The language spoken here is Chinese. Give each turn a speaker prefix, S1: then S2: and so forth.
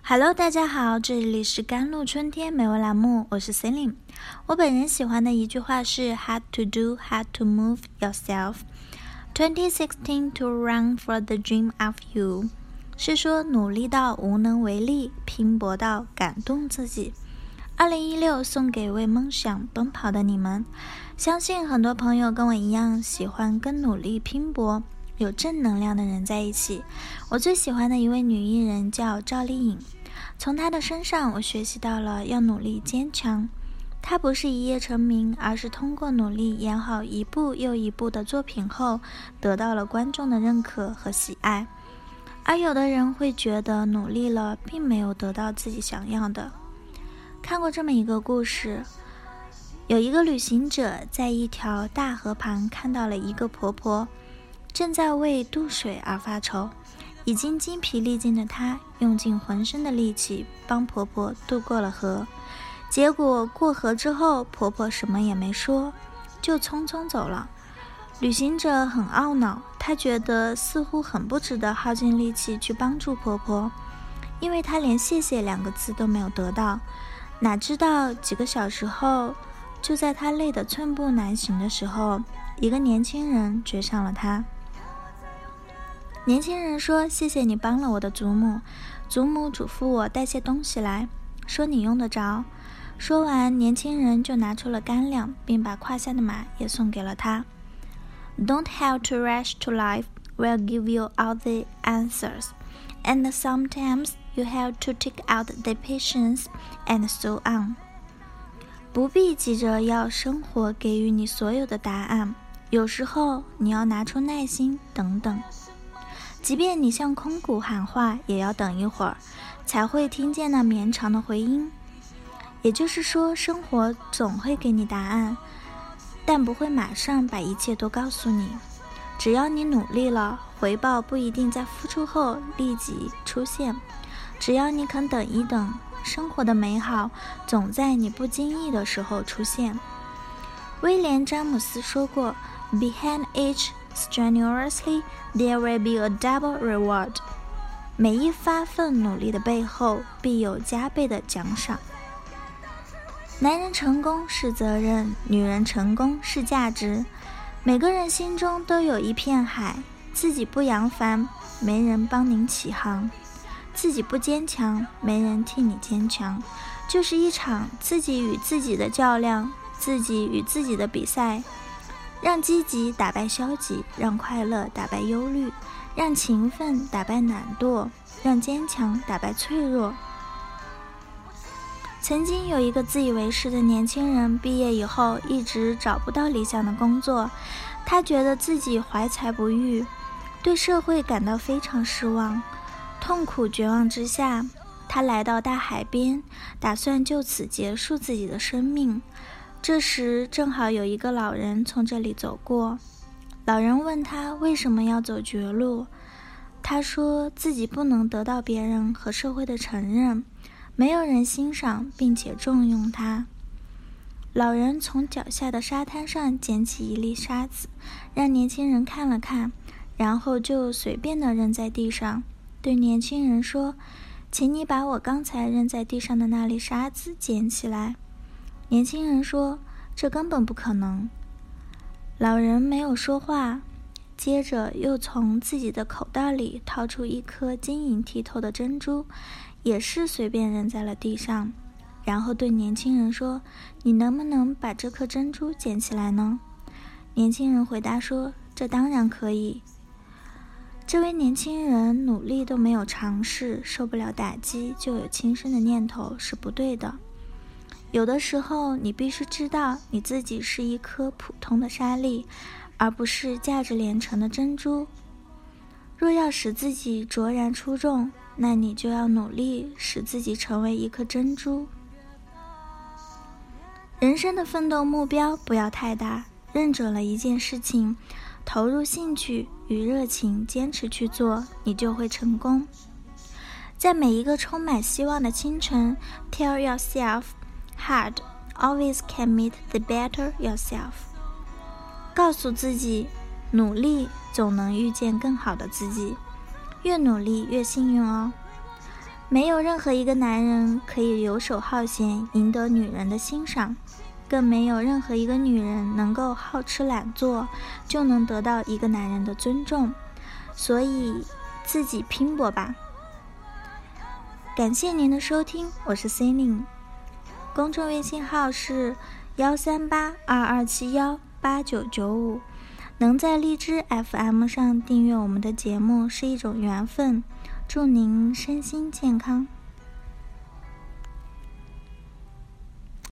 S1: Hello， 大家好，这里是甘露春天美文栏目，我是 Celine。我本人喜欢的一句话是 Hard to do, hard to move yourself. 2016 to run for the dream of you， 是说努力到无能为力，拼搏到感动自己。2016送给为梦想奔跑的你们。相信很多朋友跟我一样，喜欢跟努力拼搏有正能量的人在一起。我最喜欢的一位女艺人叫赵丽颖，从她的身上我学习到了要努力坚强。她不是一夜成名，而是通过努力演好一部又一部的作品后，得到了观众的认可和喜爱。而有的人会觉得努力了并没有得到自己想要的。看过这么一个故事，有一个旅行者在一条大河旁看到了一个婆婆，正在为渡水而发愁。已经精疲力尽的她用尽浑身的力气帮婆婆渡过了河。结果过河之后，婆婆什么也没说，就匆匆走了。旅行者很懊恼，他觉得似乎很不值得耗尽力气去帮助婆婆，因为他连谢谢2个字都没有得到。哪知道几个小时后，就在他累得寸步难行的时候，一个年轻人追上了他。年轻人说，谢谢你帮了我的祖母，祖母嘱咐我带些东西来，说你用得着。说完，年轻人就拿出了干粮，并把胯下的马也送给了他。Don't have to rush to life, we'll give you all the answers, and sometimes you have to take out the patience, and so on. 不必急着要生活给予你所有的答案，有时候你要拿出耐心等等。即便你向空谷喊话，也要等一会儿，才会听见那绵长的回音。也就是说，生活总会给你答案，但不会马上把一切都告诉你。只要你努力了，回报不一定在付出后立即出现。只要你肯等一等，生活的美好总在你不经意的时候出现。威廉·詹姆斯说过 Behind each strenuously, there will be a double reward. 每一发奋努力的背后，必有加倍的奖赏。男人成功是责任，女人成功是价值。每个人心中都有一片海，自己不扬帆，没人帮您起航；自己不坚强，没人替你坚强。就是一场自己与自己的较量，自己与自己的比赛。让积极打败消极，让快乐打败忧虑，让勤奋打败懒惰，让坚强打败脆弱。曾经有一个自以为是的年轻人，毕业以后一直找不到理想的工作，他觉得自己怀才不遇，对社会感到非常失望。痛苦绝望之下，他来到大海边，打算就此结束自己的生命。这时正好有一个老人从这里走过，老人问他为什么要走绝路。他说自己不能得到别人和社会的承认，没有人欣赏并且重用他。老人从脚下的沙滩上捡起一粒沙子，让年轻人看了看，然后就随便地扔在地上，对年轻人说，请你把我刚才扔在地上的那粒沙子捡起来。年轻人说，这根本不可能。老人没有说话，接着又从自己的口袋里掏出一颗晶莹剔透的珍珠，也是随便扔在了地上，然后对年轻人说，你能不能把这颗珍珠捡起来呢？年轻人回答说，这当然可以。这位年轻人努力都没有尝试，受不了打击就有轻生的念头，是不对的。有的时候你必须知道你自己是一颗普通的沙粒，而不是价值连城的珍珠。若要使自己卓然出众，那你就要努力使自己成为一颗珍珠。人生的奋斗目标不要太大，认准了一件事情，投入兴趣与热情，坚持去做，你就会成功。在每一个充满希望的清晨， Tell yourself Hard always can meet the better yourself. 告诉自己，努力总能遇见更好的自己，越努力越幸运哦。 没有任何一个男人可以游手好闲赢得女人的欣赏，更没有任何一个女人能够好吃懒做就能得到一个男人的尊重。所以自己拼搏吧。感谢您的收听，我是 Celine， 公众微信号是13822718995。能在荔枝 FM 上订阅我们的节目是一种缘分，祝您身心健康。